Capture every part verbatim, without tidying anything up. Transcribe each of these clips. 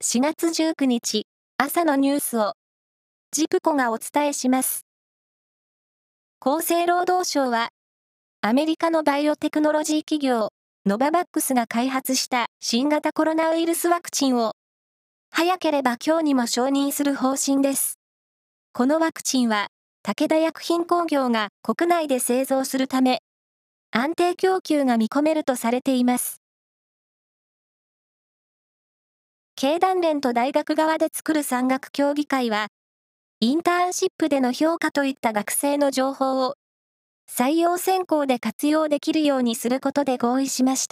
しがつじゅうくにち、朝のニュースを、ジプコがお伝えします。厚生労働省は、アメリカのバイオテクノロジー企業、ノババックスが開発した新型コロナウイルスワクチンを、早ければ今日にも承認する方針です。このワクチンは、武田薬品工業が国内で製造するため、安定供給が見込めるとされています。経団連と大学側で作る産学協議会は、インターンシップでの評価といった学生の情報を採用選考で活用できるようにすることで合意しました。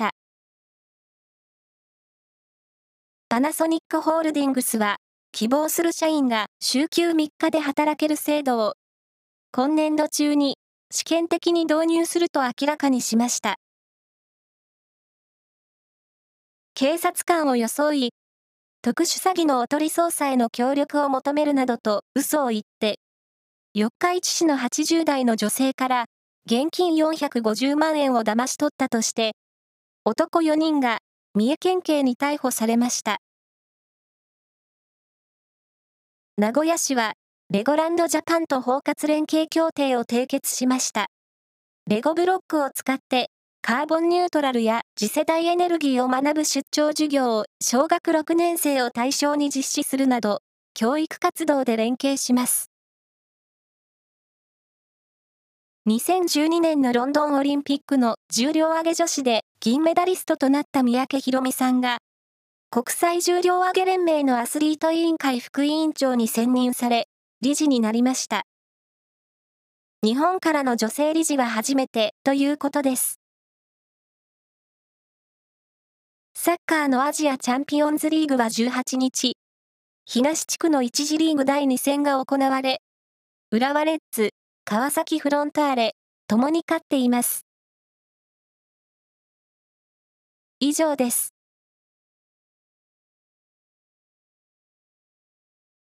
パナソニックホールディングスは、希望する社員が週休みっかで働ける制度を、今年度中に試験的に導入すると明らかにしました。警察官を装い、特殊詐欺のおとり捜査への協力を求めるなどと嘘を言って、四日市市のはちじゅうだいの女性から現金よんひゃくごじゅうまんえんを騙し取ったとして、男よにんが三重県警に逮捕されました。名古屋市は、レゴランドジャパンと包括連携協定を締結しました。レゴブロックを使って、カーボンニュートラルや次世代エネルギーを学ぶ出張授業を小学ろくねんせいを対象に実施するなど、教育活動で連携します。にせんじゅうにねんのロンドンオリンピックの重量挙げ女子で銀メダリストとなった三宅宏実さんが、国際重量挙げ連盟のアスリート委員会副委員長に選任され、理事になりました。日本からの女性理事は初めてということです。サッカーのアジアチャンピオンズリーグはじゅうはちにち、東地区のいち次リーグだいに戦が行われ、浦和レッズ、川崎フロンターレ、ともに勝っています。以上です。